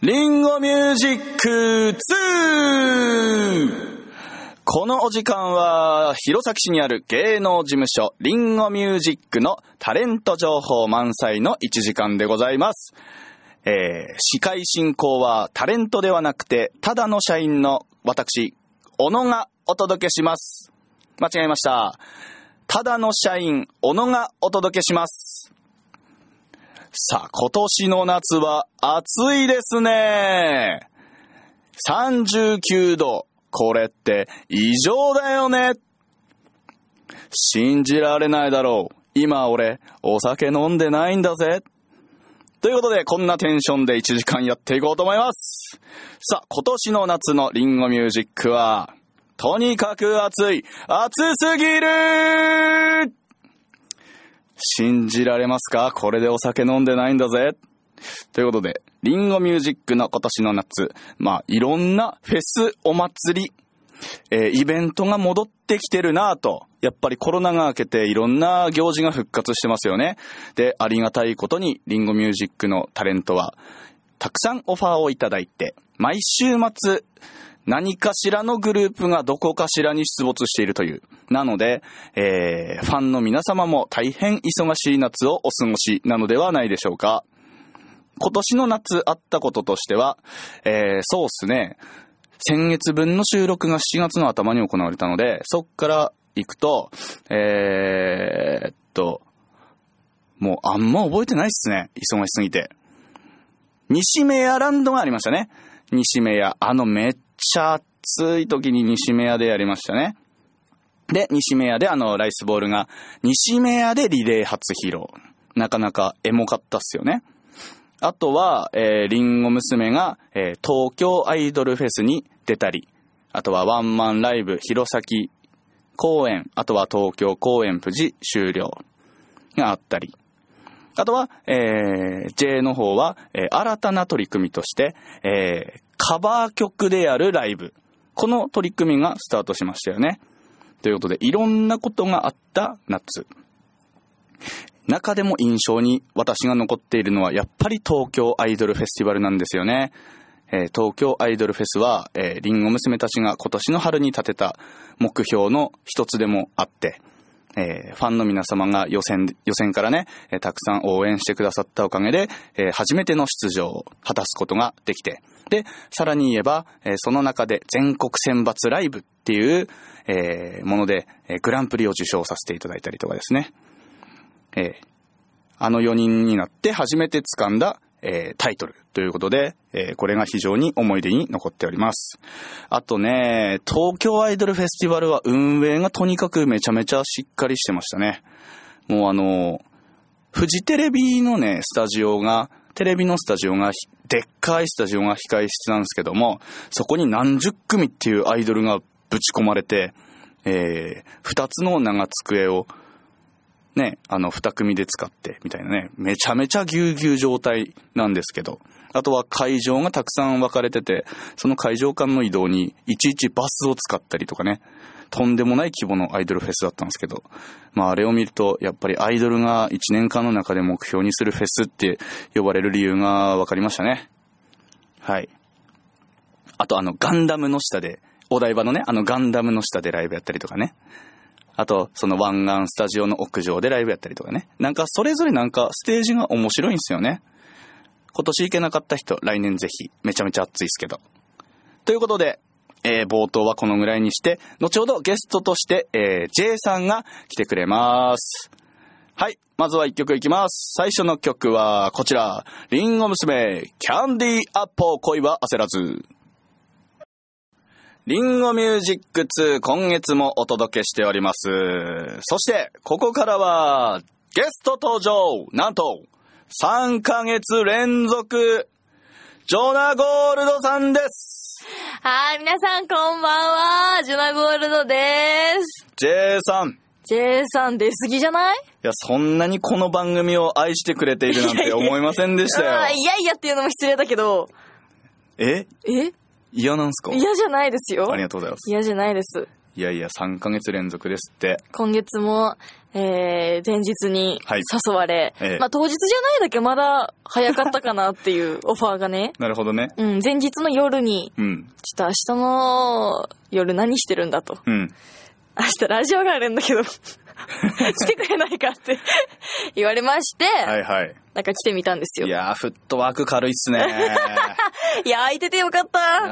リンゴミュージック2。このお時間は弘前市にある芸能事務所リンゴミュージックのタレント情報満載の1時間でございます。司会進行はタレントではなくてただの社員の私小野がお届けします。間違えました。ただの社員小野がお届けします。さあ、今年の夏は暑いですね。39度。これって異常だよね。信じられないだろう。今俺お酒飲んでないんだぜ。ということで、こんなテンションで1時間やっていこうと思います。さあ、今年の夏のリンゴミュージックはとにかく暑い。暑すぎる。信じられますか？これでお酒飲んでないんだぜ。ということで、リンゴミュージックの今年の夏、いろんなフェス、お祭り、イベントが戻ってきてるなぁと。やっぱりコロナが明けていろんな行事が復活してますよね。で、ありがたいことにリンゴミュージックのタレントはたくさんオファーをいただいて、毎週末何かしらのグループがどこかしらに出没しているという。なので、ファンの皆様も大変忙しい夏をお過ごしなのではないでしょうか。今年の夏あったこととしては、そうですね。先月分の収録が7月の頭に行われたので、そっから行くと、もうあんま覚えてないっすね。忙しすぎて。西目屋ランドがありましたね。西目屋。めっちゃ暑い時に西目屋でやりましたね。で、西目屋でライスボールが、西目屋でリレー初披露。なかなかエモかったっすよね。あとは、リンゴ娘が、東京アイドルフェスに出たり、あとはワンマンライブ弘前公演、あとは東京公演無事終了があったり、あとは、J の方は、新たな取り組みとして、カバー曲でやるライブ。この取り組みがスタートしましたよね。ということで、いろんなことがあった夏。中でも印象に私が残っているのはやっぱり東京アイドルフェスティバルなんですよね。東京アイドルフェスは、リンゴ娘たちが今年の春に立てた目標の一つでもあって、ファンの皆様が予選からね、たくさん応援してくださったおかげで、初めての出場を果たすことができて、で、さらに言えば、その中で全国選抜ライブっていう、もので、グランプリを受賞させていただいたりとかですね。4人になって初めて掴んだ、タイトルということで、これが非常に思い出に残っております。あとね、東京アイドルフェスティバルは運営がとにかくめちゃめちゃしっかりしてましたね。もうフジテレビのね、テレビのスタジオが、でっかいスタジオが控え室なんですけども、そこに何十組っていうアイドルがぶち込まれて、2つの長机をね、2組で使ってみたいなね、めちゃめちゃぎゅうぎゅう状態なんですけど、あとは会場がたくさん分かれてて、その会場間の移動にいちいちバスを使ったりとかね、とんでもない規模のアイドルフェスだったんですけど、あれを見るとやっぱりアイドルが1年間の中で目標にするフェスって呼ばれる理由が分かりましたね。はい。あとガンダムの下で、お台場のね、ガンダムの下でライブやったりとかね。あと、その湾岸スタジオの屋上でライブやったりとかね。それぞれステージが面白いんですよね。今年行けなかった人、来年ぜひ、めちゃめちゃ暑いですけど。ということで、冒頭はこのぐらいにして、後ほどゲストとして、J さんが来てくれます。はい、まずは1曲いきます。最初の曲はこちら。リンゴ娘、キャンディーアッポー恋は焦らず。リンゴミュージック2、今月もお届けしております。そして、ここからは、ゲスト登場。なんと、3ヶ月連続、ジョナゴールドさんです。 はい、皆さんこんばんは。ジョナゴールドです。 J さん。 J さん出過ぎじゃない？ いや、そんなにこの番組を愛してくれているなんて思いませんでしたよ。 いやいやっていうのも失礼だけど。 嫌なんすか？ 嫌じゃないですよ。 ありがとうございます。 嫌じゃないです。 いやいや、3ヶ月連続ですって。 今月も、前日に誘われ、 はいまあ当日じゃないだけまだ早かったかなっていうオファーがね。 なるほどね。 うん、前日の夜に、ちょっと明日の夜何してるんだと。明日ラジオがあるんだけど、来てくれないかって言われまして、 はいはい。 なんか来てみたんですよ。 いやー、フットワーク軽いっすね。 いやー、空いててよかった。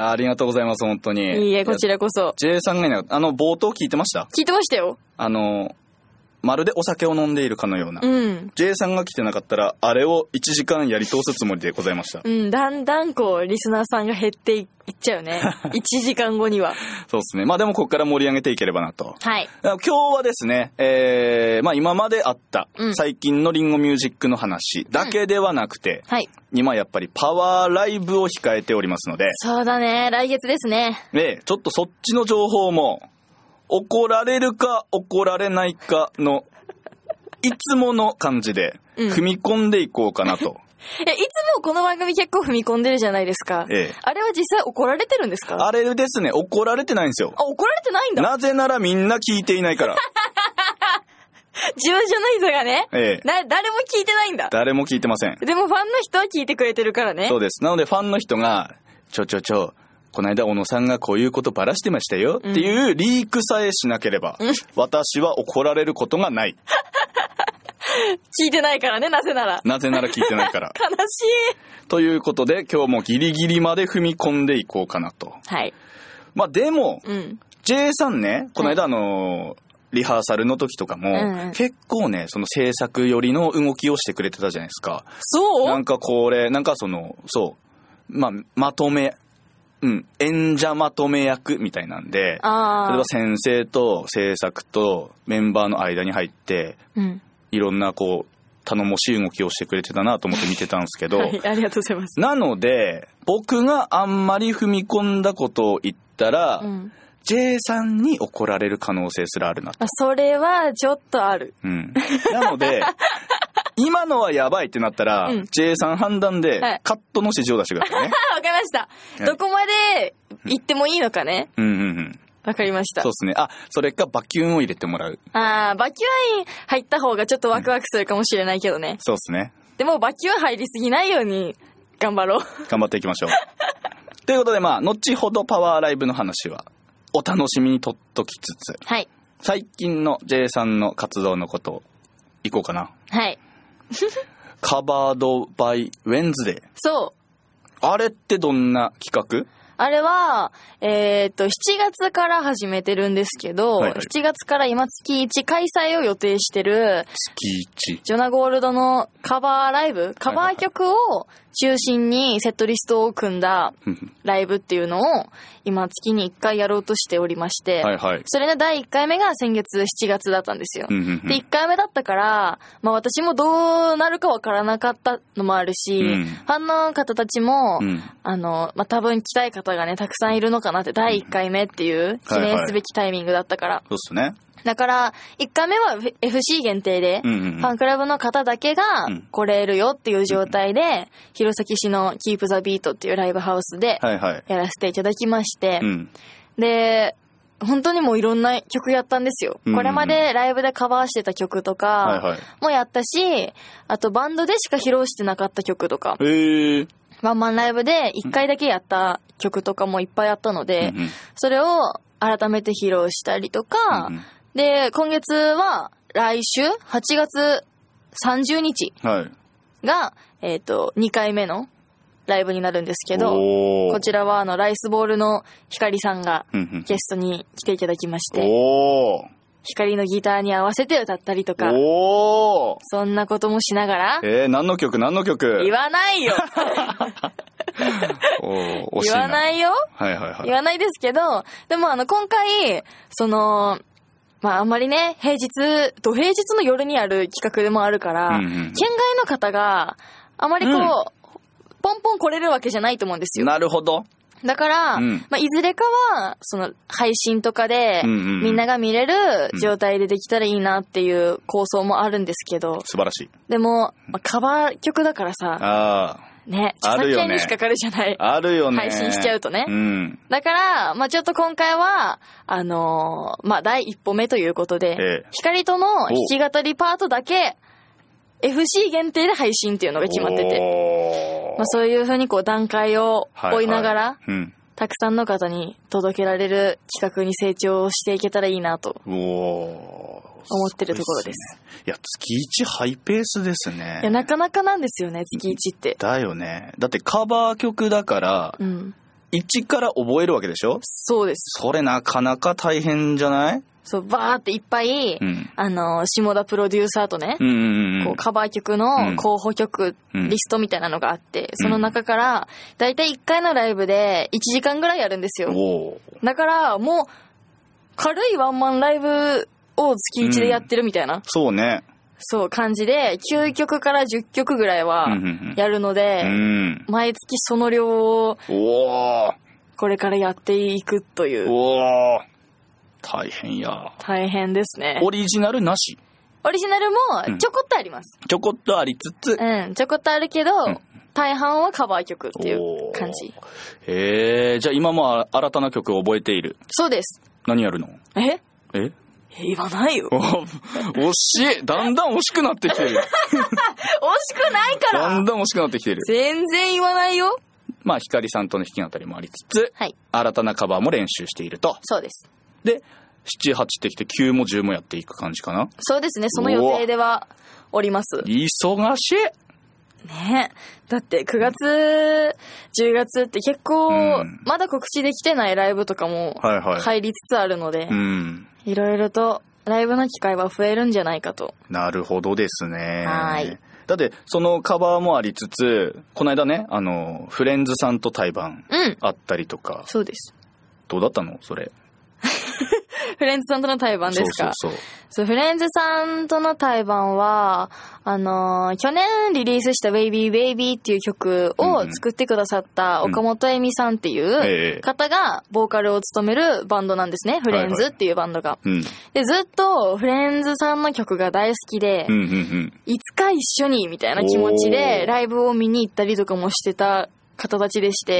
ありがとうございます、本当に。 いいえ、こちらこそ。 J さんがね、冒頭聞いてました？ 聞いてましたよ。 まるでお酒を飲んでいるかのような。J さんが来てなかったら、あれを1時間やり通すつもりでございました。 だんだんリスナーさんが減っていっちゃうね。1時間後には。 そうですね。まあでもここから盛り上げていければなと。 はい。 今日はですね、まあ今まであった、最近のリンゴミュージックの話だけではなくて、 はい。 今やっぱりパワーライブを控えておりますので。 そうだね、来月ですね。 ちょっとそっちの情報も、怒られるか怒られないかのいつもの感じで踏み込んでいこうかなと。いつもこの番組結構踏み込んでるじゃないですか。あれは実際怒られてるんですか？ あれですね、怒られてないんですよ。 あ、怒られてないんだ。 なぜならみんな聞いていないから。 事務所の人がね、誰も聞いてないんだ。 誰も聞いてません。 でもファンの人は聞いてくれてるからね。 そうです。なのでファンの人が、この間小野さんがこういうことばらしてましたよっていうリークさえしなければ、私は怒られることがない。 聞いてないからね、なぜなら聞いてないから。 悲しい。 ということで今日もギリギリまで踏み込んでいこうかなと。 はい。 まあでも、J さんね、この間リハーサルの時とかも、結構ね、その制作寄りの動きをしてくれてたじゃないですか。 そう？ なんかまとめ、演者まとめ役みたいなんで、例えば先生と制作とメンバーの間に入って、いろんな頼もしい動きをしてくれてたなと思って見てたんですけど、 はい、ありがとうございます。 なので、僕があんまり踏み込んだことを言ったら、J さんに怒られる可能性すらあるなと。 それはちょっとある。 なので、今のはやばいってなったら、J さん判断でカットの指示を出してくださいね。 わかりました。どこまで行ってもいいのかね。わかりました。 そうですね。それかバキューンを入れてもらう。 バキューン入った方がちょっとワクワクするかもしれないけどね。 そうですね。 でもバキューン入りすぎないように頑張ろう。 頑張っていきましょう。ということで後ほどパワーライブの話はお楽しみにとっときつつ、 はい。 最近の J さんの活動のことをいこうかな。 はい。 カバードバイウェンズデー。 そう。 あれってどんな企画？ あれは、7月から始めてるんですけど、7月から今月1開催を予定してる、 月1。 ジョナゴールドのカバーライブ、カバー曲を中心にセットリストを組んだライブっていうのを今月に1回やろうとしておりまして、それの第1回目が先月7月だったんですよ。で、1回目だったから、私もどうなるかわからなかったのもあるし、ファンの方たちも、多分来たい方がね、たくさんいるのかなって、第1回目っていう記念すべきタイミングだったから。 そうですね。 だから、1回目は FC 限定で、ファンクラブの方だけが来れるよっていう状態で、弘前市の Keep the Beat っていうライブハウスでやらせていただきまして、で、本当にもういろんな曲やったんですよ。これまでライブでカバーしてた曲とかもやったし、あとバンドでしか披露してなかった曲とか、ワンマンライブで1回だけやった曲とかもいっぱいあったので、それを改めて披露したりとか、で、今月は来週8月30日が、2回目のライブになるんですけど、こちらはライスボールの光さんがゲストに来ていただきまして、光のギターに合わせて歌ったりとか、そんなこともしながら、 何の曲言わないよ。言わないよ。言わないですけど、でも今回、あんまりね、土平日の夜にある企画でもあるから、県外の方があまりポンポン来れるわけじゃないと思うんですよ。 なるほど。 だから、いずれかは、配信とかで、みんなが見れる状態でできたらいいなっていう構想もあるんですけど。 素晴らしい。 でも、カバー曲だからさ、 ね、著作権に引っかかるじゃない。 あるよね。 配信しちゃうとね。 うん。 だから、まあちょっと今回は、まあ第一歩目ということで、光との弾き語りパートだけ、FC 限定で配信っていうのが決まってて、まあそういう風にこう段階を追いながら、たくさんの方に届けられる企画に成長していけたらいいなと思ってるところです。 いや、月1ハイペースですね。 いや、なかなかなんですよね、月1って。 だよね。だってカバー曲だから、1から覚えるわけでしょ？ そうです。 それなかなか大変じゃない？ そう、バーっていっぱい、下田プロデューサーとね、こうカバー曲の候補曲リストみたいなのがあって、その中から、だいたい1回のライブで1時間ぐらいやるんですよ。だから、もう、軽いワンマンライブを月1でやってるみたいな。 そうね。 そう、感じで、9曲から10曲ぐらいはやるので、毎月その量を、これからやっていくという。 大変や。 大変ですね。 オリジナルなし？ オリジナルもちょこっとあります。 ちょこっとありつつ。 ちょこっとあるけど、大半はカバー曲っていう感じ。 じゃあ今も新たな曲を覚えている？ そうです。 何やるの？ 言わないよ。 惜しい。だんだん惜しくなってきてる。惜しくないから。 だんだん惜しくなってきてる。 全然言わないよ。 まあ、光さんとの弾き語りもありつつ、新たなカバーも練習していると。 そうです。 で、7、8ってきて9も10もやっていく感じかな？ そうですね。その予定ではおります。 忙しい。 ねえ。だって9月、10月って結構、まだ告知できてないライブとかも入りつつあるので、いろいろとライブの機会は増えるんじゃないかと。 なるほどですね。 はい。 だってそのカバーもありつつ、この間ね、フレンズさんと対バンあったりとか。 そうです。 どうだったのそれ？ フレンズさんとの対バンですか？そう、フレンズさんとの対バンは、去年リリースした Baby Baby っていう曲を作ってくださった岡本恵美さんっていう方がボーカルを務めるバンドなんですね。フレンズっていうバンドが。で、ずっとフレンズさんの曲が大好きで、いつか一緒にみたいな気持ちでライブを見に行ったりとかもしてた方たちでして、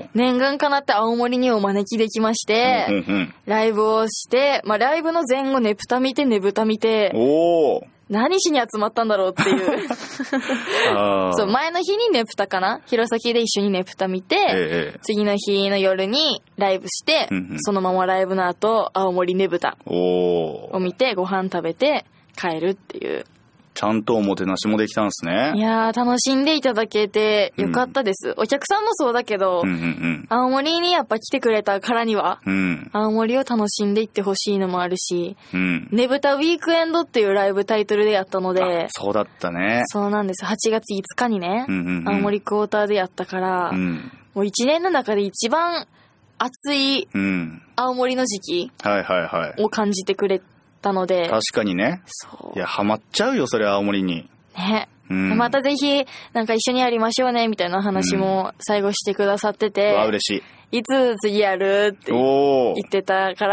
念願かなって青森にお招きできまして、ライブをして、まあライブの前後ねぷた見てねぶた見て、何しに集まったんだろうっていうそう、前の日にねぷたかな、弘前で一緒にねぷた見て、次の日の夜にライブして、そのままライブの後青森ねぶたを見てご飯食べて帰るっていう。 ちゃんとおもてなしもできたんですね。 いやー、楽しんでいただけてよかったです。お客さんもそうだけど、青森にやっぱ来てくれたからには、青森を楽しんでいってほしいのもあるし、ねぶたウィークエンドっていうライブタイトルでやったので、 そうだったね。 そうなんです。8月5日にね、青森クォーターでやったから、もう1年の中で一番暑い青森の時期を感じてくれたので、 確かにね。いや、ハマっちゃうよそれは青森にね。またぜひなんか一緒にやりましょうねみたいな話も最後してくださってて、 嬉しい。 いつ次やるって言ってたから、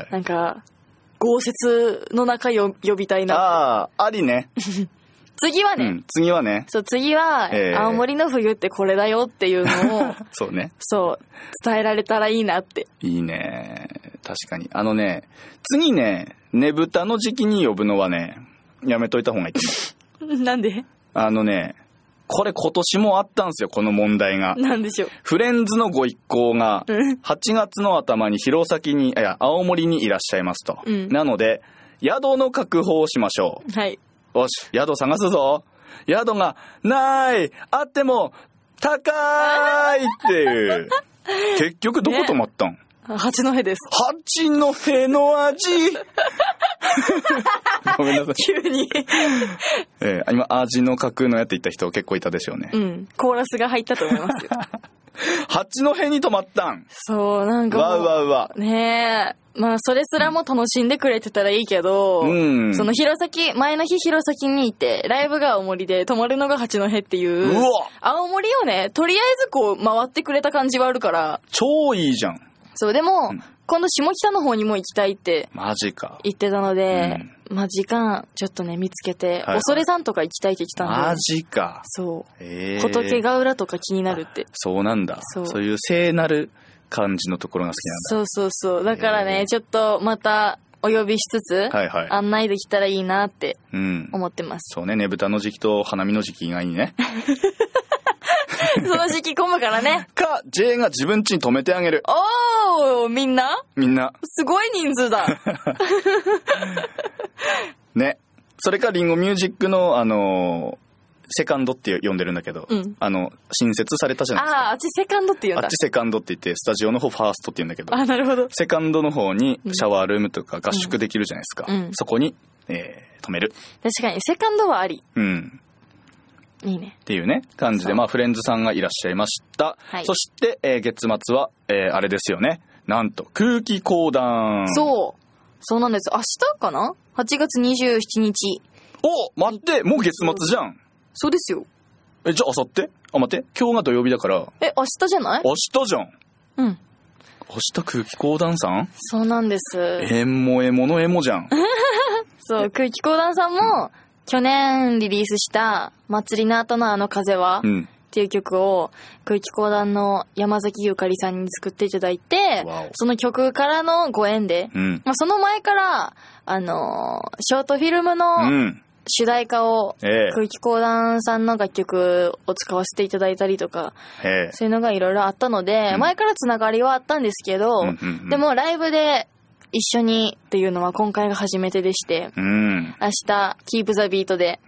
なんか豪雪の中呼びたいなって。 ありね。 次はね、そう、次は、青森の冬ってこれだよっていうのを、 そうね。 そう、伝えられたらいいなって。いいね。確かに。次ね、ねぶたの時期に呼ぶのはね、やめといた方がいいと思う。なんで？ これ今年もあったんですよ、この問題が。 なんでしょう。 フレンズのご一行が、8月の頭に青森にいらっしゃいますと。なので、宿の確保をしましょう。 はい。 よし、宿探すぞ。宿がない、あっても高いっていう。結局どこ泊まったん？ 八戸です。 八戸の味ごめんなさい。 急に今、味の架空のやって言った人結構いたでしょうね。 コーラスが入ったと思いますよ。 八戸に泊まったん？ そう、なんかわねえ。まあ、それすらも楽しんでくれてたらいいけど、その前の日弘前にいて、ライブが青森で泊まるのが八戸っていう、青森をね、とりあえずこう回ってくれた感じはあるから。 超いいじゃん。 そう、でも、 今度下北の方にも行きたいってマジか言ってたので、まあ時間ちょっとね見つけて、恐れ山とか行きたいって言ってたんで。 マジか。 そう。仏ヶ浦とか気になるって。 そうなんだ。そういう聖なる感じのところが好きなんだ。 そう。だからね、ちょっとまたお呼びしつつ、案内できたらいいなって思ってます。 そうね、ねぶたの時期と花見の時期以外にね。 その時期混むからね。 か、J が自分家に泊めてあげる。 おー、みんなすごい人数だ。 ね。それかリンゴミュージックのセカンドって呼んでるんだけど、新設されたじゃないですか。 あっちセカンドって言うんだ。 あっちセカンドって言って、スタジオの方ファーストって言うんだけど。 なるほど。 セカンドの方にシャワールームとか合宿できるじゃないですか。そこに、泊める。 確かに、セカンドはあり。いいね。 っていうね、感じで、フレンズさんがいらっしゃいました。そして、月末は、あれですよね。なんと、空気講談。 そうなんです。明日かな ?8 月27日。 待って、もう月末じゃん。 そうですよ。 じゃあ、あさって？待って、今日が土曜日だから。 明日じゃない？ 明日じゃん。明日空気講談さん？ そうなんです。 エモエモのエモじゃん。 そう、空気講談さんも、去年リリースした祭りの後の風はっていう曲を空気講談の山崎ゆかりさんに作っていただいて、その曲からのご縁で、その前からショートフィルムの主題歌を空気講談さんの楽曲を使わせていただいたりとか、そういうのがいろいろあったので、前からつながりはあったんですけど、でもライブで一緒にっていうのは今回が初めてでして、明日キープザビートで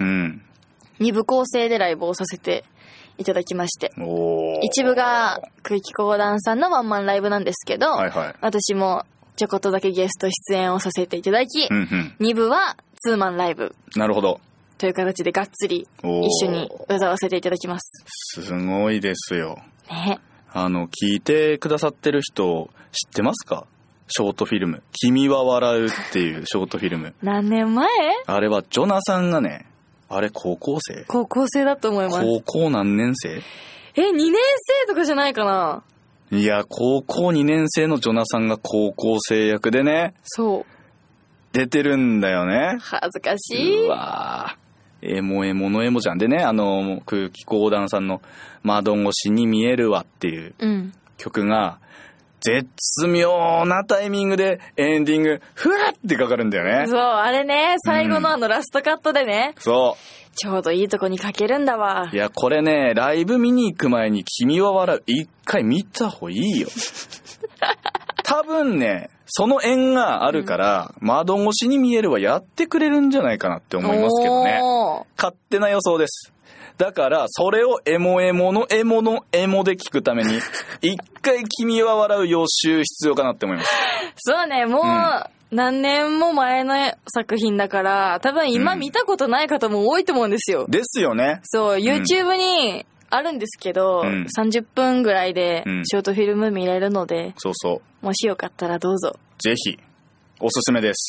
2部構成でライブをさせていただきまして、一部が空気講談さんのワンマンライブなんですけど、私もちょこっとだけゲスト出演をさせていただき、2部はツーマンライブ。 なるほど。 という形でがっつり一緒に歌わせていただきます。 すごいですよ。 ね。 聞いてくださってる人知ってますか？ショートフィルム。君は笑うっていうショートフィルム。 何年前？ あれはジョナさんがね、あれ高校生？ 高校生だと思います。 高校何年生？ 2年生とかじゃないかな。 いや、高校2年生のジョナさんが高校生役でね。出てるんだよね。 恥ずかしい。 うわー。エモエモのエモじゃん。でね、空気講談さんの窓越しに見えるわっていう曲が、絶妙なタイミングでエンディング、ふわってかかるんだよね。 そう、あれね、最後のラストカットでね。 そう。 ちょうどいいとこにかけるんだわ。 いや、これね、ライブ見に行く前に君は笑う、一回見た方がいいよ。多分ね、その縁があるから、窓越しに見えるはやってくれるんじゃないかなって思いますけどね。勝手な予想です。だから、それをエモエモのエモのエモで聞くために、一回君は笑う予習必要かなって思います。 そうね、もう、何年も前の作品だから、多分今見たことない方も多いと思うんですよ。 ですよね。 そう、YouTube にあるんですけど、30分ぐらいでショートフィルム見れるので、もしよかったらどうぞ。 ぜひ、おすすめです。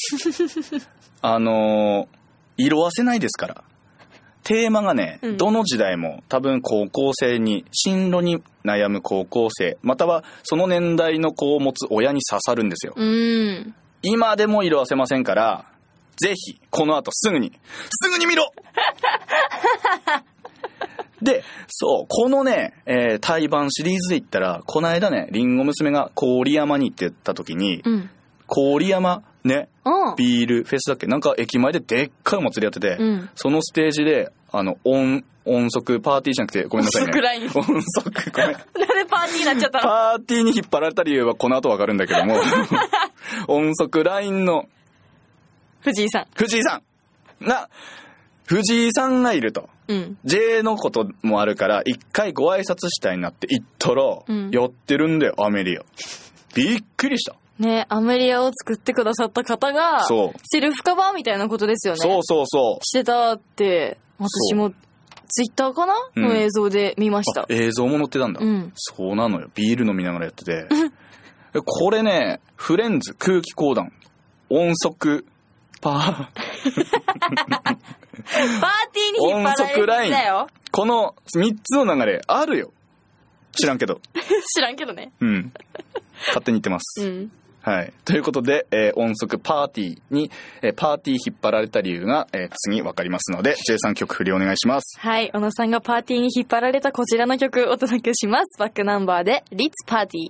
色あせないですから。テーマがね、どの時代も多分高校生に、進路に悩む高校生、またはその年代の子を持つ親に刺さるんですよ。今でも色あせませんから、ぜひ、この後すぐに見ろで、そう、このね、対バンシリーズで言ったら、この間ね、リンゴ娘が郡山に行ってた時に、郡山ね、ビールフェスだっけ、なんか駅前ででっかいお祭りやってて、そのステージで、音速パーティーじゃなくて、ごめんなさいね。 音速ライン。 音速、ごめん。 なんでパーティーになっちゃったの？ パーティーに引っ張られた理由はこの後わかるんだけども、音速ラインの藤井さんがいると。J のこともあるから、一回ご挨拶したいなって言ったら、やってるんだよ、アメリア。びっくりした。 ね、アメリアを作ってくださった方が、セルフカバーみたいなことですよね。してたって、私もツイッターかな、の映像で見ました。 映像も載ってたんだ。そうなのよ。ビール飲みながらやってて。これね、フレンズ、空気講談、音速、パーティーに引っ張られてたよ。この3つの流れあるよ。知らんけど。 知らんけどね。 勝手に言ってます。 はい。ということで、音速パーティーに、パーティー引っ張られた理由が、次わかりますので、J さん曲振りお願いします。 はい。小野さんがパーティーに引っ張られたこちらの曲お届けします。バックナンバーで、Let's Party。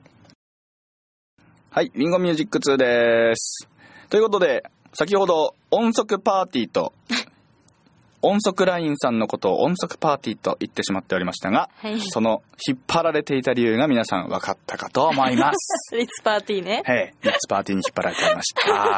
はい。リンゴミュージック2です。ということで、先ほど、音速パーティーと、音速ラインさんのことを音速パーティーと言ってしまっておりましたが、はい、その引っ張られていた理由が皆さん分かったかと思います。 リッツパーティーね。 はい、リッツパーティーに引っ張られておりました。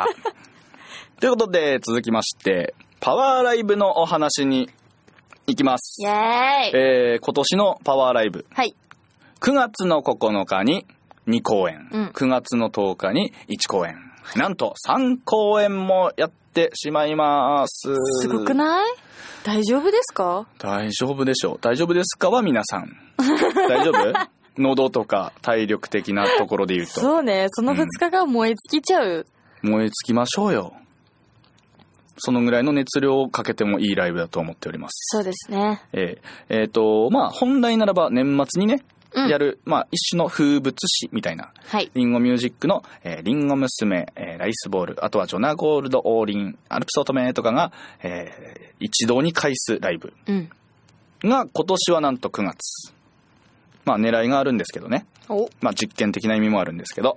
ということで続きまして、パワーライブのお話に行きます。 イエーイ。 今年のパワーライブ。 はい。 9月の9日に2公演、9月の10日に1公演。なんと3公演もやってしまいます。 すごくない？大丈夫ですか？ 大丈夫でしょう。大丈夫ですかは皆さん。大丈夫？喉とか体力的なところで言うと。 そうね。その2日が燃え尽きちゃう。 燃え尽きましょうよ。そのぐらいの熱量をかけてもいいライブだと思っております。 そうですね。 まあ本来ならば年末にね、やる、まあ一種の風物詩みたいな、 はい、 リンゴミュージックの、リンゴ娘、ライスボール、あとはジョナゴールド、オーリン、アルプスオートメとかが、一堂に会すライブが今年はなんと9月。まあ狙いがあるんですけどね。まあ実験的な意味もあるんですけど、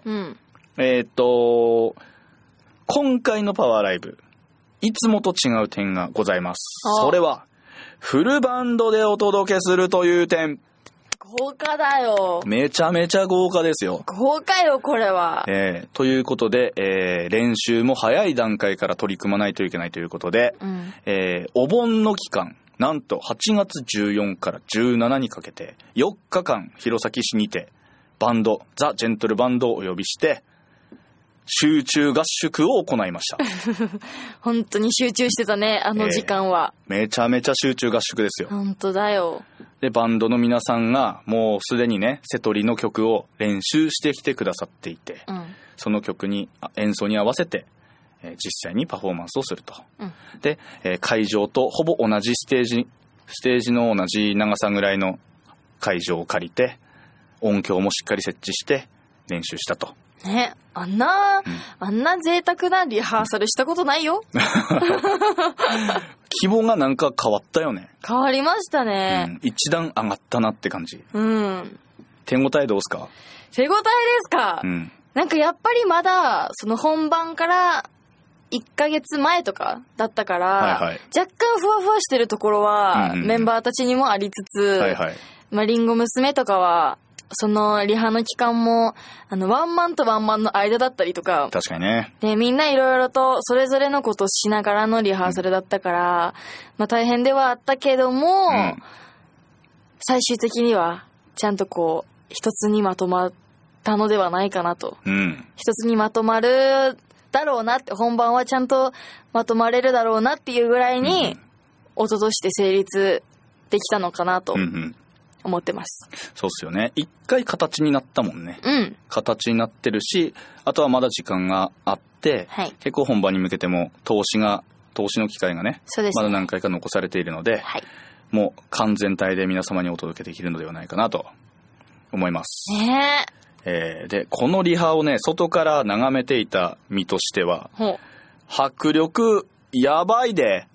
今回のパワーライブ、いつもと違う点がございます。それはフルバンドでお届けするという点。 豪華だよ。 めちゃめちゃ豪華ですよ。 豪華よこれは。 ということで、練習も早い段階から取り組まないといけないということで、お盆の期間、なんと8月14から17にかけて4日間弘前市にてバンドザ・ジェントルバンドをお呼びして集中合宿を行いました。 本当に集中してたね、あの時間は。 めちゃめちゃ集中合宿ですよ。 本当だよ。 で、バンドの皆さんがもうすでにね、瀬戸りの曲を練習してきてくださっていて、その曲に、演奏に合わせて、実際にパフォーマンスをすると。で、会場とほぼ同じステージの同じ長さぐらいの会場を借りて、音響もしっかり設置して練習したと。 ね、あんな贅沢なリハーサルしたことないよ。 規模がなんか変わったよね。 変わりましたね。 一段上がったなって感じ。手応えどうすか？ 手応えですか？なんかやっぱりまだその本番から1ヶ月前とかだったから、若干ふわふわしてるところはメンバーたちにもありつつ、まあリンゴ娘とかはそのリハの期間もワンマンとワンマンの間だったりとか、 確かにね。 でみんないろいろとそれぞれのことをしながらのリハーサルだったから、まあ大変ではあったけども、最終的にはちゃんとこう一つにまとまったのではないかなと、一つにまとまるだろうなって、本番はちゃんとまとまれるだろうなっていうぐらいに音として成立できたのかなと思ってます。 そうっすよね。一回形になったもんね。形になってるし、あとはまだ時間があって、結構本番に向けても投資の機会がね、まだ何回か残されているので、もう完全体で皆様にお届けできるのではないかなと思います。で、このリハをね、外から眺めていた身としては、迫力やばいで。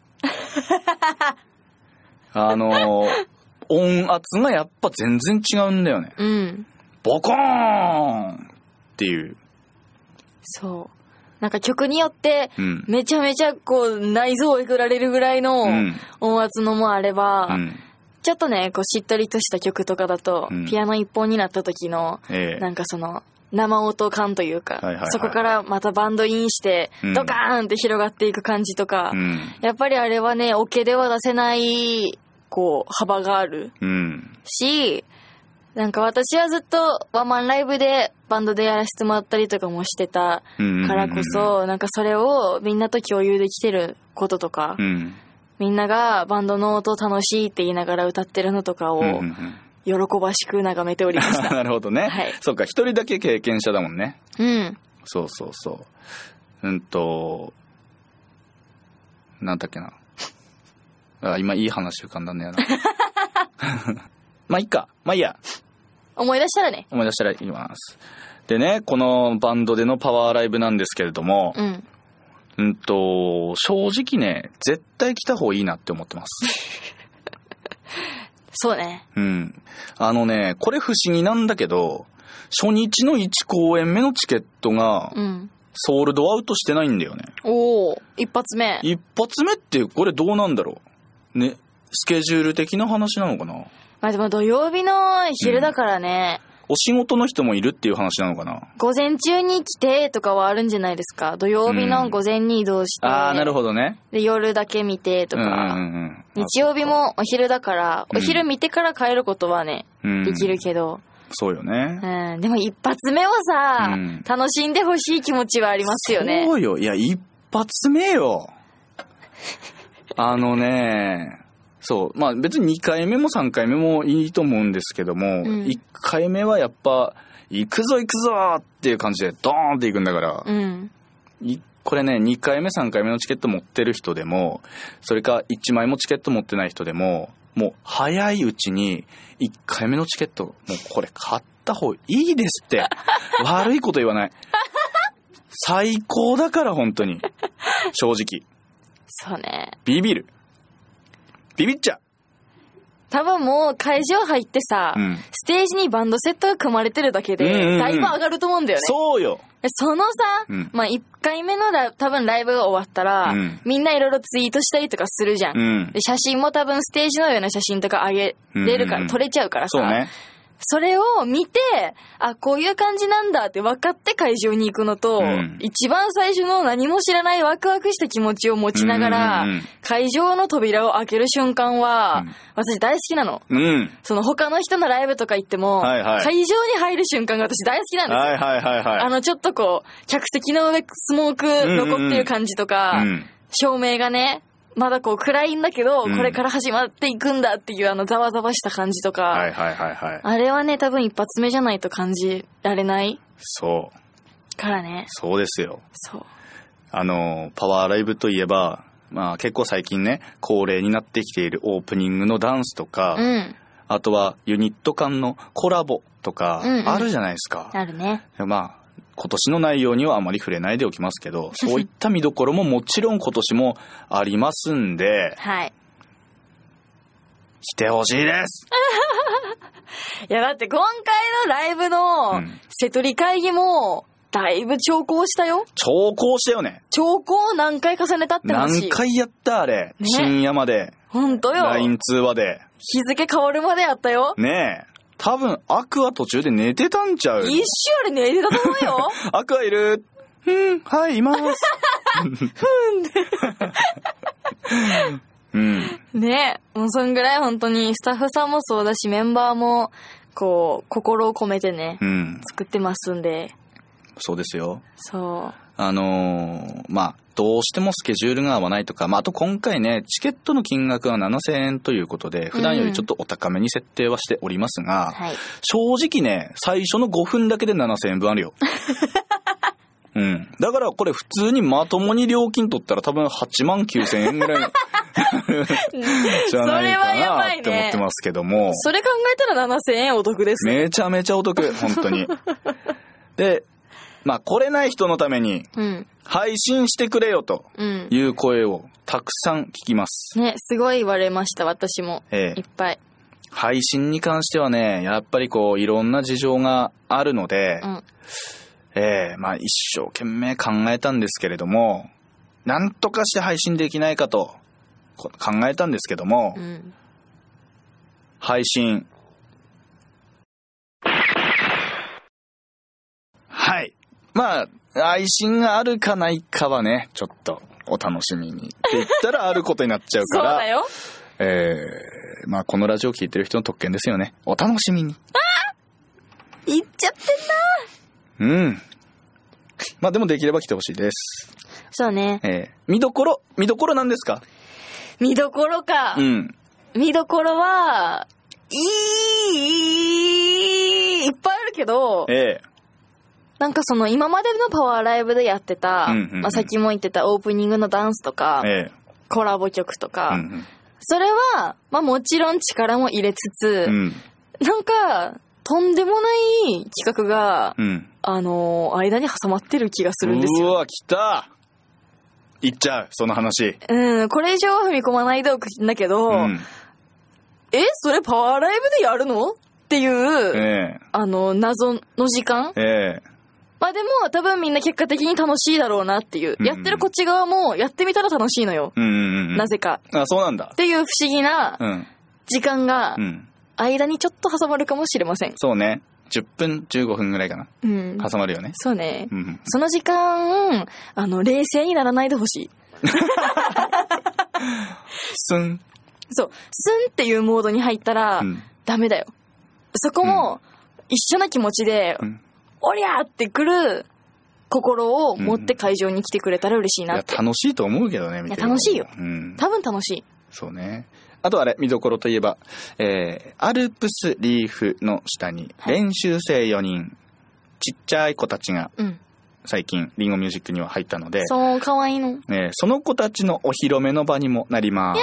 音圧がやっぱ全然違うんだよね。ボコーンっていう。そう。 なんか曲によってめちゃめちゃこう内臓をえぐられるぐらいの音圧のもあれば、ちょっとねこうしっとりとした曲とかだと、ピアノ一本になった時のなんかその生音感というか、そこからまたバンドインしてドカーンって広がっていく感じとか、やっぱりあれはねオケでは出せないこう幅があるし、なんか私はずっとワンマンライブでバンドでやらせてもらったりとかもしてたからこそ、なんかそれをみんなと共有できてることとか、みんながバンドの音楽しいって言いながら歌ってるのとかを喜ばしく眺めておりました。 なるほどね。そうか、一人だけ経験者だもんね。そうそうそう。なんだっけな。今いい話浮かんだんだよな。まあいいか。まあいいや。 思い出したらね。 思い出したら言います。 でね、このバンドでのパワーライブなんですけれども、正直ね、絶対来た方がいいなって思ってます。 そうね。 これ不思議なんだけど、初日の1公演目のチケットが、ソールドアウトしてないんだよね。 おー、一発目。 一発目ってこれどうなんだろうね、スケジュール的な話なのかな。 まあでも土曜日の昼だからね、 お仕事の人もいるっていう話なのかな。 午前中に来てとかはあるんじゃないですか。土曜日の午前に移動して、 ああ、なるほどね。 で夜だけ見てとか、日曜日もお昼だから、お昼見てから帰ることはね、できるけど。 そうよね。 でも一発目をさ、楽しんでほしい気持ちはありますよね。 そうよ。いや、一発目よ。そう。まあ別に2回目も3回目もいいと思うんですけども、1回目はやっぱ、行くぞ行くぞっていう感じでドーンって行くんだから、これね、2回目3回目のチケット持ってる人でも、それか1枚もチケット持ってない人でも、もう早いうちに1回目のチケット、もうこれ買った方がいいですって。悪いこと言わない。最高だから本当に。正直。 そうね。 ビビっちゃう。 多分もう会場入ってさ、ステージにバンドセットが組まれてるだけで、だいぶ上がると思うんだよね。 そうよ。 そのさ、まあ1回目の多分ライブが終わったら、みんないろいろツイートしたりとかするじゃん。で写真も多分ステージのような写真とか上げれるから、撮れちゃうからさ。 そうね。 それを見て、あ、こういう感じなんだって分かって会場に行くのと、一番最初の何も知らないワクワクした気持ちを持ちながら、会場の扉を開ける瞬間は、私大好きなの。その他の人のライブとか行っても、会場に入る瞬間が私大好きなんですよ。ちょっとこう、客席の上スモーク残ってる感じとか、照明がね、まだこう暗いんだけど、これから始まっていくんだっていうざわざわした感じとか、あれはね、多分一発目じゃないと感じられない。 そうからね。 そうですよ。 そう。 パワーライブといえば、まあ結構最近ね、恒例になってきているオープニングのダンスとか、あとはユニット間のコラボとか、あるじゃないですか。 あるね。 まあ、今年の内容にはあまり触れないでおきますけど、そういった見どころももちろん今年もありますんで、 はい。 来てほしいです。 いやだって今回のライブの瀬戸り会議もだいぶ長考したよ。 長考したよね。 長考何回重ねたって話。 何回やったあれ、ね、深夜まで。 ほんとよ。 LINE 通話で日付変わるまでやったよねえ。多分アクア途中で寝てたんちゃう。 一瞬あれ寝てたと思うよ。 アクアいる。はい、います。 ねえ、もうそんぐらい本当にスタッフさんもそうだしメンバーもこう心を込めてね、作ってますんで。 そうですよ。 そう。 まあどうしてもスケジュールが合わないとか、まあ、あと今回ねチケットの金額は7000円ということで普段よりちょっとお高めに設定はしておりますが、正直ね最初の5分だけで7000円分あるよ。だからこれ普通にまともに料金取ったら多分8万9000円ぐらいじゃないかなって思ってますけども、 それ考えたら7000円お得ですね。 めちゃめちゃお得本当に。でまあ来れない人のために配信してくれよという声をたくさん聞きます、 ね。すごい言われました私も、いっぱい。 配信に関してはねやっぱりこういろんな事情があるので、まあ一生懸命考えたんですけれども、なんとかして配信できないかと考えたんですけども、配信はいまあ配信があるかないかはねちょっとお楽しみにって言ったらあることになっちゃうからそうだよ。 まあこのラジオ聞いてる人の特権ですよね。お楽しみに。 言っちゃってんな。 まあでもできれば来てほしいです。 そうね。 見どころなんですか？ 見どころか。見どころはいっぱいあるけど、なんかその今までのパワーライブでやってた、まあ、さっきも言ってたオープニングのダンスとか、コラボ曲とか、それは、まあもちろん力も入れつつ、なんか、 とんでもない企画が、間に挟まってる気がするんですよ。 うわ、来た。言っちゃう、その話。 これ以上は踏み込まないでおくんだけど、それパワーライブでやるのっていう、謎の時間、まあでも多分みんな結果的に楽しいだろうなっていう、やってるこっち側もやってみたら楽しいのよ、なぜか。 あ、そうなんだっていう不思議な時間が間にちょっと挟まるかもしれません。 そうね、10分15分ぐらいかな、挟まるよね。 そうね、その時間冷静にならないでほしい。 スンっていうモードに入ったらダメだよ。そこも一緒な気持ちで、おりゃーってくる心を持って会場に来てくれたら嬉しいなって。 いや楽しいと思うけどね、見てる。 いや楽しいよ、多分楽しい。 そうね。あとあれ見どころといえば、アルプスリーフの下に練習生4人、ちっちゃい子たちが最近リンゴミュージックには入ったので、 そうかわいいの、 その子たちのお披露目の場にもなります。 いや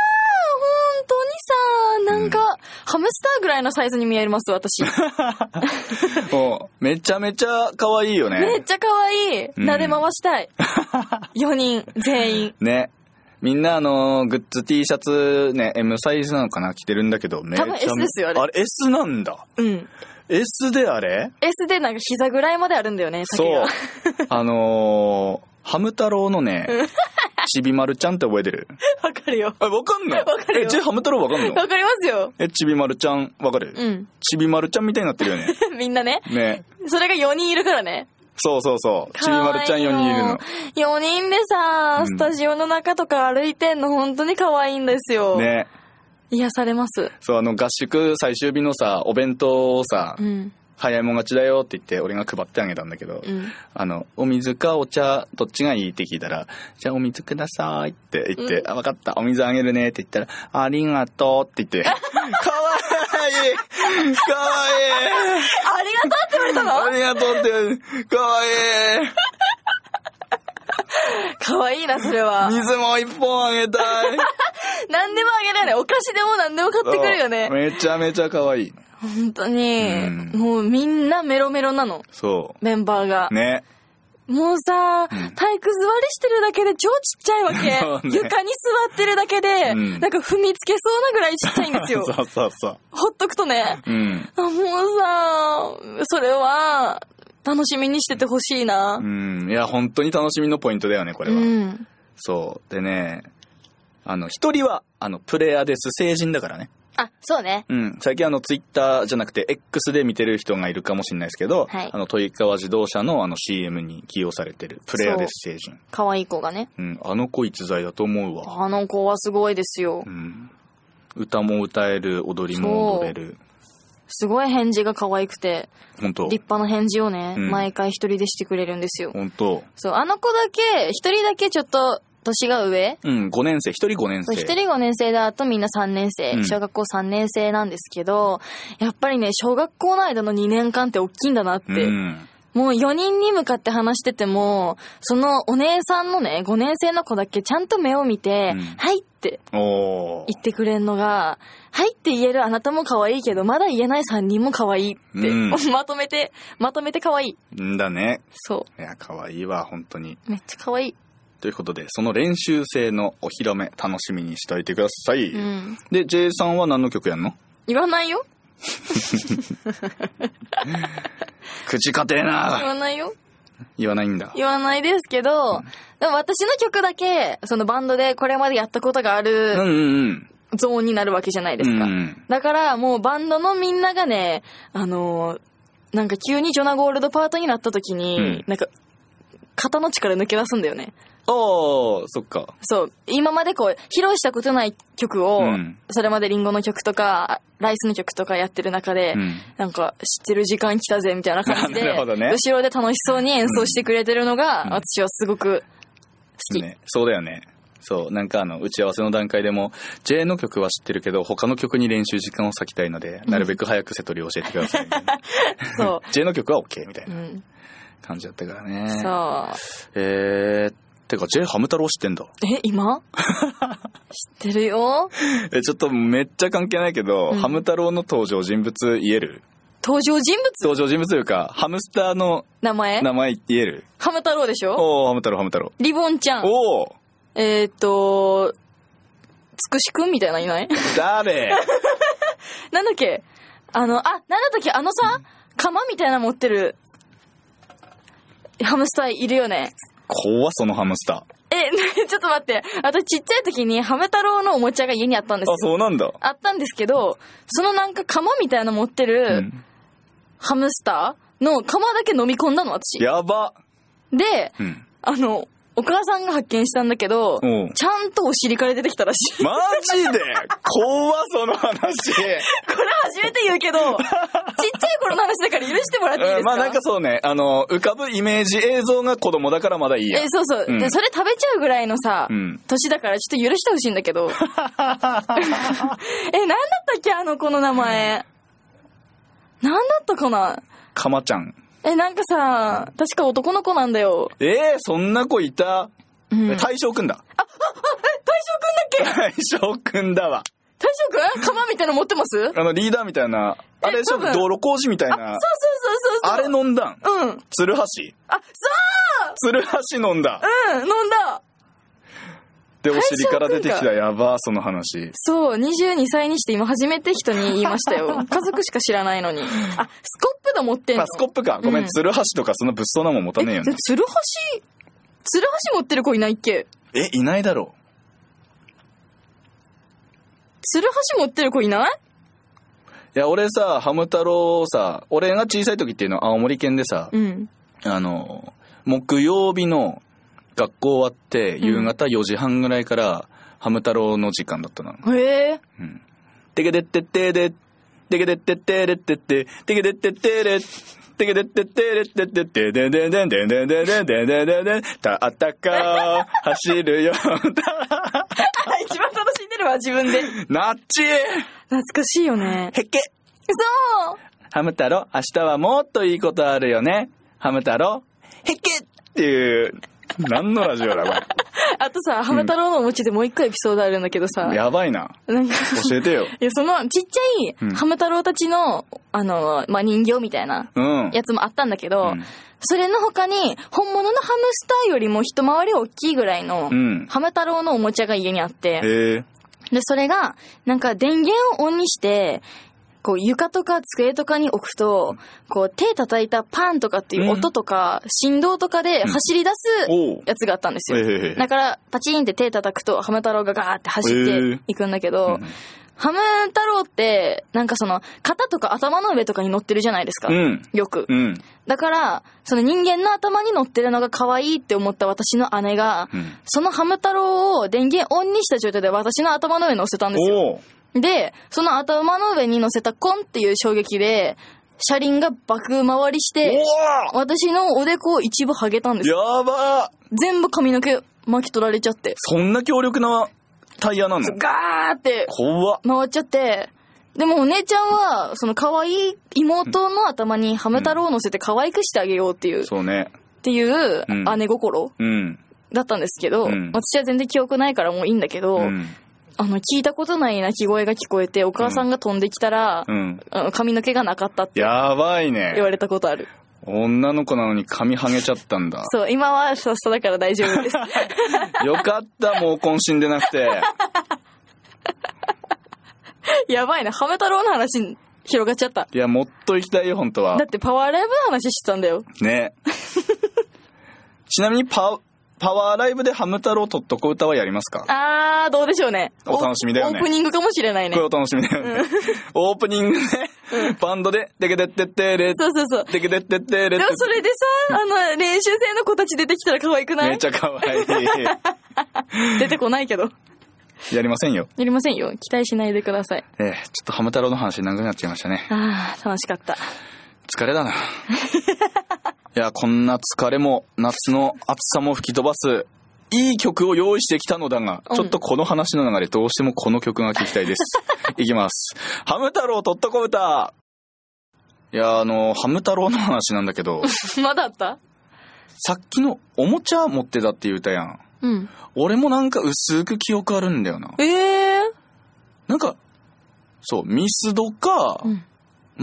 なんか、ハムスターぐらいのサイズに見えます、私。 もうめちゃめちゃ可愛いよね。 めっちゃ可愛い。撫で回したい。4人、全員。 ね。みんなグッズ T シャツね、M サイズなのかな着てるんだけど、 多分 S ですよ、あれ。 あれ S なんだ。S であれ ?S でなんか膝ぐらいまであるんだよね、丈が。 そう。ハム太郎のね、ちびまるちゃんって覚えてる？ わかるよ。 わかんの？ わかるよ。 ハム太郎わかんの？ わかりますよ。 ちびまるちゃんわかる？ちびまるちゃんみたいになってるよね。 みんなね。 ね。 それが4人いるからね。 そう。ちびまるちゃん4人いるの。 4人でさ、スタジオの中とか歩いてんの本当に可愛いんですよ。 ね。 癒されます。 そう、合宿最終日のさ、お弁当をさ、早いもん勝ちだよって言って俺が配ってあげたんだけど、お水かお茶どっちがいいって聞いたら、じゃあお水くださいって言って、分かったお水あげるねって言ったら、ありがとうって言ってかわいいありがとうって言われたの？ ありがとうってかわいいかわいいな、それは。 水も1本あげたい。 何でもあげるよね。お菓子でも何でも買ってくるよね。 めちゃめちゃかわいい。 本当に、もうみんなメロメロなの。 そう。 メンバーが。 ね。 もうさ、体育座りしてるだけで超ちっちゃいわけ。床に座ってるだけで、なんか踏みつけそうなぐらいちっちゃいんですよ。 そう。 ほっとくとね。もうさ、それは、楽しみにしててほしいな。 いや、本当に楽しみのポイントだよね、これは。そう。でね、一人は、プレイヤーです。成人だからね。 あ、そうね。 最近ツイッターじゃなくて X で見てる人がいるかもしれないですけど、豊川自動車のCM に起用されてるプレイヤーです成人。 可愛い子がね。 あの子逸材だと思うわ。 あの子はすごいですよ。 歌も歌える、踊りも踊れる。 すごい返事が可愛くて、 本当。 立派な返事をね、毎回一人でしてくれるんですよ。 本当。 そう、あの子だけ、一人だけちょっと、年が上 5年生、一人5年生。 一人5年生だとみんな3年生、小学校3年生なんですけど、やっぱりね、小学校の間の2年間って大きいんだなって。もう4人に向かって話してても、そのお姉さんのね、5年生の子だけちゃんと目を見て、はいって言ってくれるのが、はいって言えるあなたも可愛いけど、まだ言えない3人も可愛いって、まとめて可愛い。 んだね。 そう。 いや、可愛いわ、本当に。 めっちゃ可愛い。 ということで、その練習生のお披露目楽しみにしておいてください。で、J さんは何の曲やんの？ 言わないよ。 口堅えな。 言わないよ。 言わないんだ。 言わないですけど、でも私の曲だけ、そのバンドでこれまでやったことがある、ゾーンになるわけじゃないですか。だからもうバンドのみんながね、なんか急にジョナゴールドパートになった時に、なんか、肩の力抜け出すんだよね。 そっか。 そう。今までこう、披露したことない曲を、それまでリンゴの曲とか、ライスの曲とかやってる中で、なんか、知ってる時間来たぜ、みたいな感じで、後ろで楽しそうに演奏してくれてるのが、私はすごく好き。 そうだよね。そう。なんか打ち合わせの段階でも、J の曲は知ってるけど、他の曲に練習時間を割きたいので、なるべく早くセトリを教えてください。 そう。 J の曲は OK みたいな感じだったからね。 そう。 てか J ハム太郎知ってんだ。 今知ってるよ。 ちょっとめっちゃ関係ないけど、ハム太郎の登場人物言える？ 登場人物というか、ハムスターの名前言える？ ハム太郎でしょ？ おー、ハム太郎。 リボンちゃん。 おー。 つくしくんみたいなのいない？ 誰？ なんだっけ？なんだったっけ？さ、鎌みたいな持ってるハムスターいるよね。 怖そのハムスター。 ちょっと待って。私ちっちゃい時にハム太郎のおもちゃが家にあったんですよ。 あ、そうなんだ。 あったんですけど、そのなんか鎌みたいな持ってるハムスターの鎌だけ飲み込んだの、私。 やば。 で、お母さんが発見したんだけど、ちゃんとお尻から出てきたらしい。 マジで？怖その話。これ初めて言うけど、ちっちゃい頃の話だから許してもらっていいですか？ まあなんかそうね、浮かぶイメージ映像が子供だからまだいいや。 そう。で、それ食べちゃうぐらいのさ、年だからちょっと許してほしいんだけど。なんだったっけ、子の名前。なんだったかな？ かまちゃん。 なんかさ、確か男の子なんだよ。 そんな子いた？大将くんだ。 大将くんだっけ？ 大将くんだわ。 大将くん？鎌みたいなの持ってます？ リーダーみたいな、あれでしょ、道路工事みたいな。 そう。 あれ飲んだん？ツルハシ。ツルハシ飲んだ。 飲んだ。 で、お尻から出てきた。やば、その話。 そう、22歳にして今初めて人に言いましたよ。家族しか知らないのに。スコップだ持ってんの？ スコップか。ごめん、ツルハシとかそんな物騒なもん持たねえよね。 ツルハシ持ってる子いないっけ？ いないだろう。 ツルハシ持ってる子いない？ いや、俺さ、ハム太郎さ、俺が小さい時っていうのは青森県でさ、木曜日の学校終わって夕方4時半ぐらいからハム太郎の時間だったの。 へえ。 てけでってってで、てけでってってれってって、てけでってってれ、てけでってってれってってってでででででででででででたあたか走るよ。一番楽しんでるわ自分で。なっち。 懐かしいよね。 へっけ。 そう。 ハム太郎、明日はもっといいことあるよね。ハム太郎、へっけっていう。何のラジオだこれ。 あとさ、ハム太郎のお餅でもう一個エピソードあるんだけどさ。 やばいな。なんか教えてよ。 いや、そのちっちゃいハム太郎たちの、人形みたいなやつもあったんだけど、それの他に本物のハムスターよりも一回り大きいぐらいのハム太郎のおもちゃが家にあって、で、それがなんか電源をオンにして、こう床とか机とかに置くと、こう手叩いたパンとかっていう音とか、振動とかで走り出すやつがあったんですよ。だからパチンって手叩くとハム太郎がガーって走っていくんだけど、ハム太郎ってなんかその肩とか頭の上とかに乗ってるじゃないですか、よく、だからその人間の頭に乗ってるのが可愛いって思った私の姉が、そのハム太郎を電源オンにした状態で私の頭の上に乗せたんですよ。で、その頭の上に乗せたコンっていう衝撃で、車輪が爆回りして、私のおでこを一部剥げたんですよ。 やばー。 全部髪の毛巻き取られちゃって。 そんな強力なタイヤなの？ ガーって怖っ回っちゃって、でもお姉ちゃんは、その可愛い妹の頭にハム太郎を乗せて可愛くしてあげようっていう、 そうね。 っていう姉心だったんですけど、私は全然記憶ないからもういいんだけど、聞いたことない鳴き声が聞こえて、お母さんが飛んできたら、髪の毛がなかったってやばいね言われたことある。 女の子なのに髪はげちゃったんだ。 そう、今はさっさだから大丈夫です。 よかった、もう渾身でなくて。 やばいな、ハム太郎の話に広がっちゃった。 いや、もっと行きたいよ、本当は。 だってパワーライブの話してたんだよ。 ね。ちなみにパワーライブでハム太郎とっとこ歌はやりますか？ どうでしょうね。 お楽しみだよね。 オープニングかもしれないね。 これお楽しみだよね。オープニングで、バンドで、てけてってってれ。 そう。 てけてってってれ。 でもそれでさ、練習生の子たち出てきたら可愛くない？ めっちゃ可愛い。 出てこないけど。 やりませんよ。 やりませんよ。期待しないでください。 ちょっとハム太郎の話長くなっちゃいましたね。 楽しかった。 疲れだな。いや、こんな疲れも夏の暑さも吹き飛ばすいい曲を用意してきたのだが、ちょっとこの話の流れどうしてもこの曲が聴きたいです。いきます。ハム太郎とっとこ歌。いや、ハム太郎の話なんだけど。 まだあった？ さっきのおもちゃ持ってたって言うたやん。俺もなんか薄く記憶あるんだよな。なんか、そう、ミスドか、マッ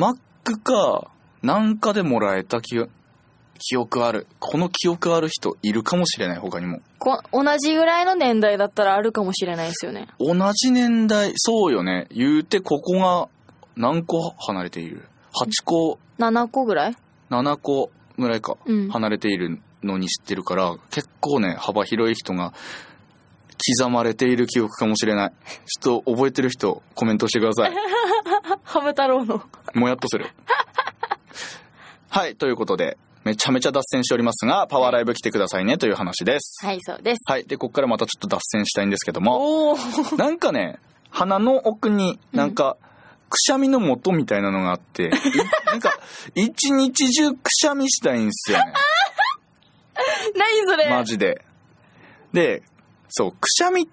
クかなんかでもらえた記憶ある。この記憶ある人いるかもしれない。他にも同じぐらいの年代だったらあるかもしれないですよね。 同じ年代、そうよね。言うてここが何個離れている？ 8 個 7個ぐらい 7個ぐらいか、離れているのに知ってるから、結構ね幅広い人が刻まれている記憶かもしれない。ちょっと覚えてる人コメントしてください。 ハム太郎のもやっとする。はい、ということでめちゃめちゃ脱線しておりますが、パワーライブ来てくださいねという話です。 はい、そうです。 はい、でここからまたちょっと脱線したいんですけども、なんかね鼻の奥になんか、くしゃみの元みたいなのがあってなんか一日中くしゃみしたいんすよね。 何それマジで。でそう、くしゃみって、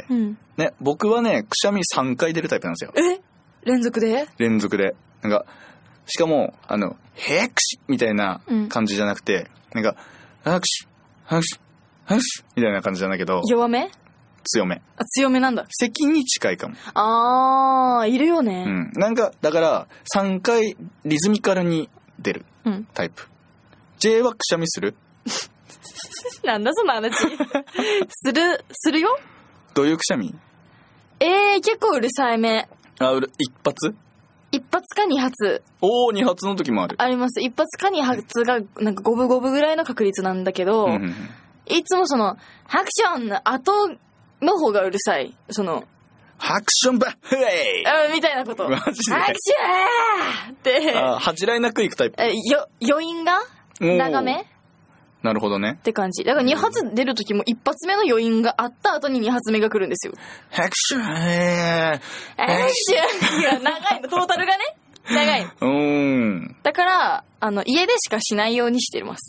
ね、僕はねくしゃみ3回出るタイプなんですよ。 連続でなんかしかもへくしみたいな感じじゃなくて、なんかはくしはくしはくしみたいな感じじゃないけど、 弱め強め。 強めなんだ。 咳に近いかも。 いるよね。 なんかだから3回リズミカルに出るタイプ。J はくしゃみする？ なんだその話。するよ。 どういうくしゃみ？ 結構うるさいめ。 一発か二発。 2発の時もある。 あります。一発か二発がなんか五分五分ぐらいの確率なんだけど、いつもそのハクションの後の方がうるさい。 ハクションバッフレイみたいなこと。 マジでハクションって恥じらいなくいくタイプ。 余韻が長め。 なるほどね。 って感じ。だから2発出るときも一発目の余韻があった後に2発目が来るんですよ。 ハクションハクションが長いの、トータルがね。長い。だから、家でしかしないようにしてます。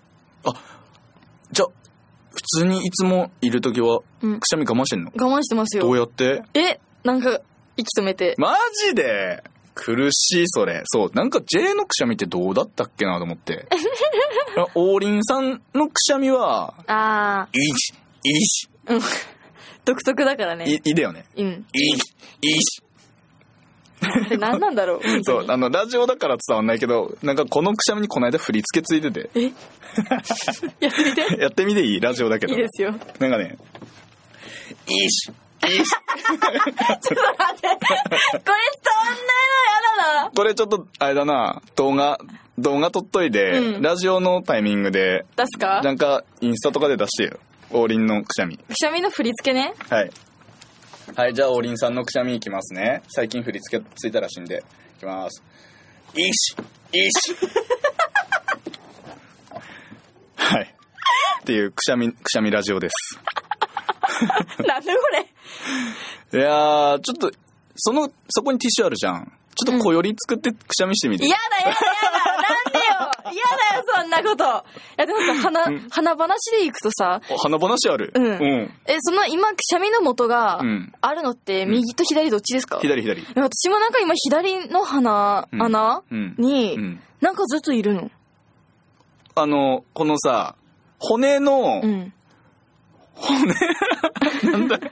じゃあ、普通にいつもいるときは、くしゃみ我慢してんの？ 我慢してますよ。 どうやって？ なんか、息止めて。 マジで？苦しい、それ。そう、なんか J のくしゃみってどうだったっけなと思って。王林さんのくしゃみは、いいし。 独特だからね。 いいだよね。いいし。 何なんだろう。 そう、ラジオだから伝わんないけど、なんかこのくしゃみにこの間振り付けついてて。 やってみて。 やってみていい？ラジオだけど。 いいですよ。 なんかね、いいし。ちょっと待って。 これ伝わんないのやだな。 これちょっと、あれだな、動画撮っといて、ラジオのタイミングで。 出すか？ なんか、インスタとかで出してよ。王林のくしゃみ。 くしゃみの振り付けね。 はい。はい、じゃあ王林さんのくしゃみいきますね。最近振り付けついたらしいんで。いきます。いいし。はい。っていうくしゃみラジオです。 なんでこれ。 いやー、ちょっとそこにティッシュあるじゃん。ちょっと小より作ってくしゃみしてみて。 嫌だなんでよ。嫌だよそんなこと。でもさ、鼻話でいくとさ、 鼻話ある。 今くしゃみの元があるのって右と左どっちですか？ 左。 私もなんか今左の穴になんかずっといるの。 このさ、骨の、骨なんだ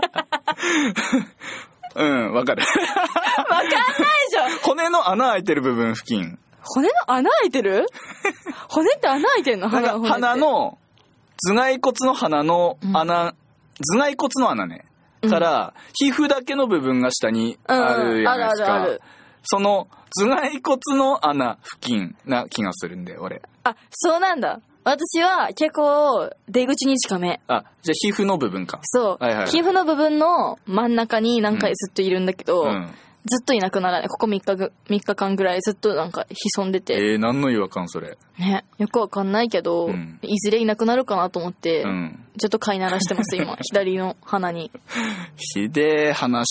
わかる。わかんないじゃん。 骨の穴開いてる部分付近。 骨の穴開いてる？骨って穴開いてんの？ 鼻の、頭蓋骨の鼻の穴、頭蓋骨の穴ね。から、皮膚だけの部分が下にあるじゃないですか。 ある。 その、頭蓋骨の穴付近な気がするんで、俺。 そうなんだ。私は結構出口に近め。 じゃあ皮膚の部分か。 そう。皮膚の部分の真ん中に何回ずっといるんだけど、ずっといなくならない。ここ3日間ぐらいずっとなんか潜んでて。 何の違和感それ。 ね。よくわかんないけど、いずれいなくなるかなと思って、ちょっと飼いならしてます、今。左の鼻に。 ひでえ話。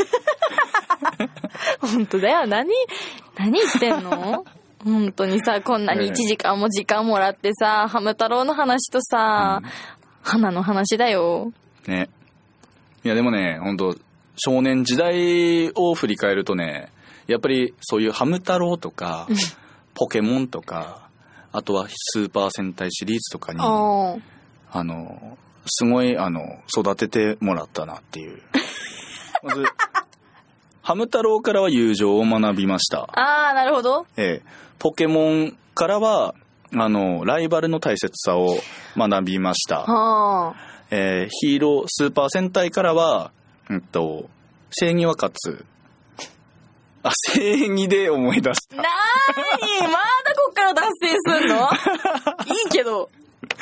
本当だよ。何言ってんの？本当にさ、こんなに1時間も時間もらってさ、ハム太郎の話とさ、花の話だよ。 ね。いやでもね、本当少年時代を振り返るとね、やっぱりそういうハム太郎とか、ポケモンとか、あとはスーパー戦隊シリーズとかに、すごい育ててもらったなっていう。まずハム太郎からは友情を学びました。 ああ、なるほど。 ポケモンからは、ライバルの大切さを学びました。 はあ。 ヒーロー、スーパー戦隊からは、正義は勝つ。正義で思い出した。 なーにまだこっから脱線すんのいいけど。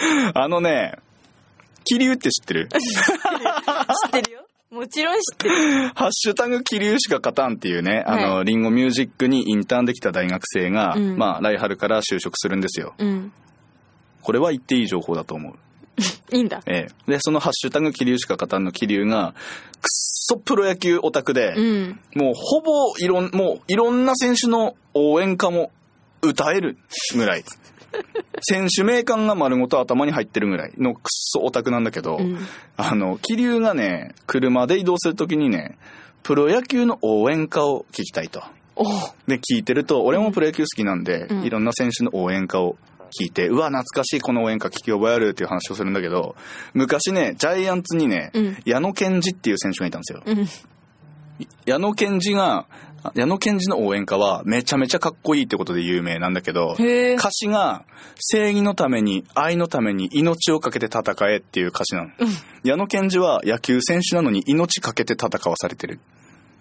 気流って知ってる？ 知ってるよ。もちろん知ってる。 ハッシュタグ気流しか勝たんっていうね、リンゴミュージックにインターンできた大学生が、来春から就職するんですよ。これは言っていい情報だと思う。 いいんだ。 で、そのハッシュタグ気流しか勝たんの気流が、くっそプロ野球オタクで、もうほぼもういろんな選手の応援歌も歌えるぐらい。選手名鑑が丸ごと頭に入ってるぐらいのくっそオタクなんだけど、気流がね、車で移動するときにね、プロ野球の応援歌を聞きたいと。で、聞いてると、俺もプロ野球好きなんで、いろんな選手の応援歌を聞いて、うわ、懐かしいこの応援歌聞き覚えあるっていう話をするんだけど、昔ね、ジャイアンツにね、矢野健二っていう選手がいたんですよ。矢野健二の応援歌はめちゃめちゃかっこいいってことで有名なんだけど、歌詞が正義のために愛のために命をかけて戦えっていう歌詞なの。矢野健二は野球選手なのに命かけて戦わされてる。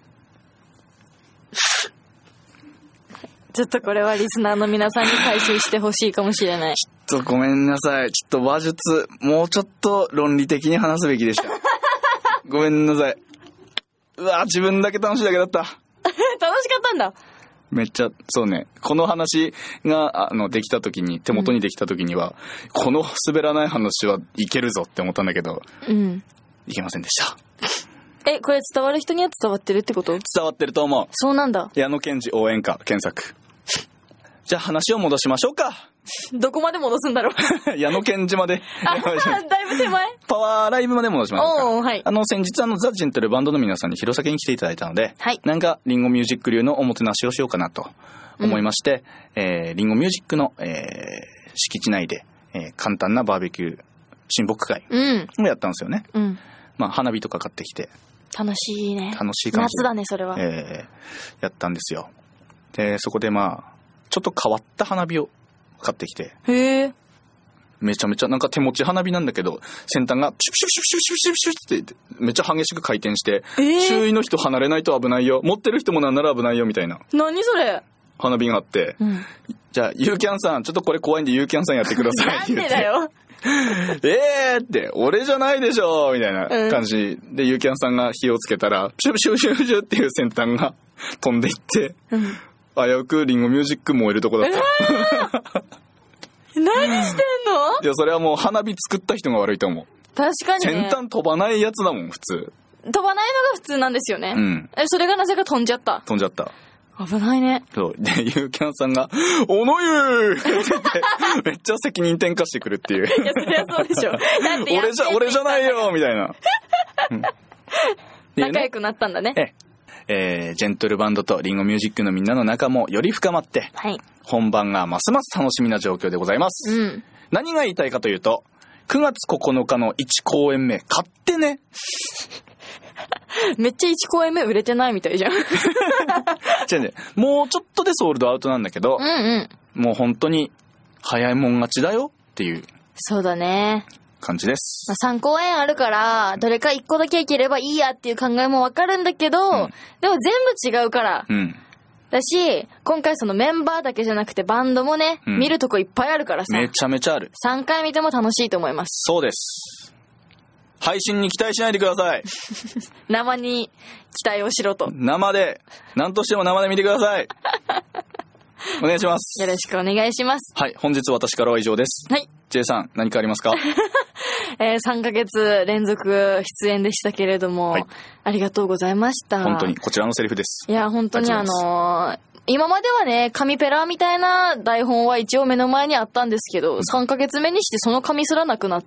ちょっとこれはリスナーの皆さんに回収してほしいかもしれない。 ちょっとごめんなさい。ちょっと話術もうちょっと論理的に話すべきでした。ごめんなさい。うわ、自分だけ楽しいだけだった。 楽しかったんだ。 めっちゃ、そうね。この話ができた時に、手元にできた時には、この滑らない話はいけるぞって思ったんだけど、いけませんでした。 これ伝わる人には伝わってるってこと？ 伝わってると思う。 そうなんだ。 矢野健二応援歌検索。じゃあ話を戻しましょうか。 どこまで戻すんだろう。 矢野健二まで。 だいぶ手前。 パワーライブまで戻しましょうか。 はい、 先日ザ・ジェントルバンドの皆さんに弘前に来ていただいたので、 はい、 なんかリンゴミュージック流のおもてなしをしようかなと思いまして、リンゴミュージックの、敷地内で、簡単なバーベキュー親睦会をやったんですよね。花火とか買ってきて。 楽しいね。 楽しい感じ。 夏だね、それは。 やったんですよ。で、そこでちょっと変わった花火を買ってきて。めちゃめちゃなんか手持ち花火なんだけど、先端がシュシュシュシュシュシュシュってめっちゃ激しく回転して、周囲の人離れないと危ないよ。持ってる人もなんなら危ないよみたいな。 何それ？ 花火があって、じゃあユーキャンさん、ちょっとこれ怖いんでユーキャンさんやってくださいって言って。 なんでだよ。って俺じゃないでしょみたいな感じで、ユーキャンさんが火をつけたらシュシュシュシュっていう先端が飛んでいって、危うくリンゴミュージック燃えるとこだった。 何してんの？ いや、それはもう花火作った人が悪いと思う。 確かにね。 先端飛ばないやつだもん、普通。 飛ばないのが普通なんですよね。それがなぜか飛んじゃった。 飛んじゃった。 危ないね。 そう。で、ユーキャンさんが、おのゆーって言って、めっちゃ責任転嫁してくるっていう。 いや、そりゃそうでしょ。だって俺じゃないよみたいな。 仲良くなったんだね。 ジェントルバンドとリンゴミュージックのみんなの仲もより深まって、本番がますます楽しみな状況でございます。何が言いたいかというと、9月9日の1公演目、買ってね。 めっちゃ1公演目売れてないみたいじゃん。 もうちょっとでソールドアウトなんだけど、もう本当に早いもん勝ちだよっていう。 そうだね。 感じです。 3公演あるから、どれか1個だけいければいいやっていう考えもわかるんだけど、でも全部違うから。だし、今回そのメンバーだけじゃなくてバンドもね、見るとこいっぱいあるからさ。 めちゃめちゃある。 3回見ても楽しいと思います。 そうです。配信に期待しないでください。 生に期待をしろと。 生で、何としても生で見てください。お願いします。 よろしくお願いします。 はい、本日私からは以上です。 はい。 J さん、何かありますか ？3ヶ月連続出演でしたけれども、ありがとうございました。 本当に、こちらのセリフです。 いや、本当に今まではね、紙ペラみたいな台本は一応目の前にあったんですけど、3ヶ月目にしてその紙すらなくなって、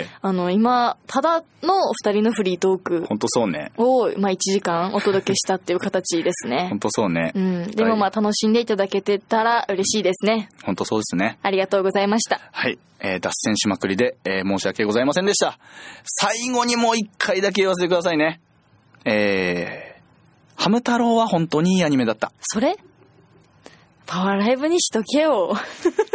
今、ただの2人のフリートーク。 本当そうね。 を、1時間お届けしたっていう形ですね。 本当そうね。 でも楽しんでいただけてたら嬉しいですね。 本当そうですね。 ありがとうございました。 はい。脱線しまくりで、申し訳ございませんでした。最後にもう一回だけ言わせてくださいね。 ハム太郎は本当にいいアニメだった。 それパワーライブにしとけよ。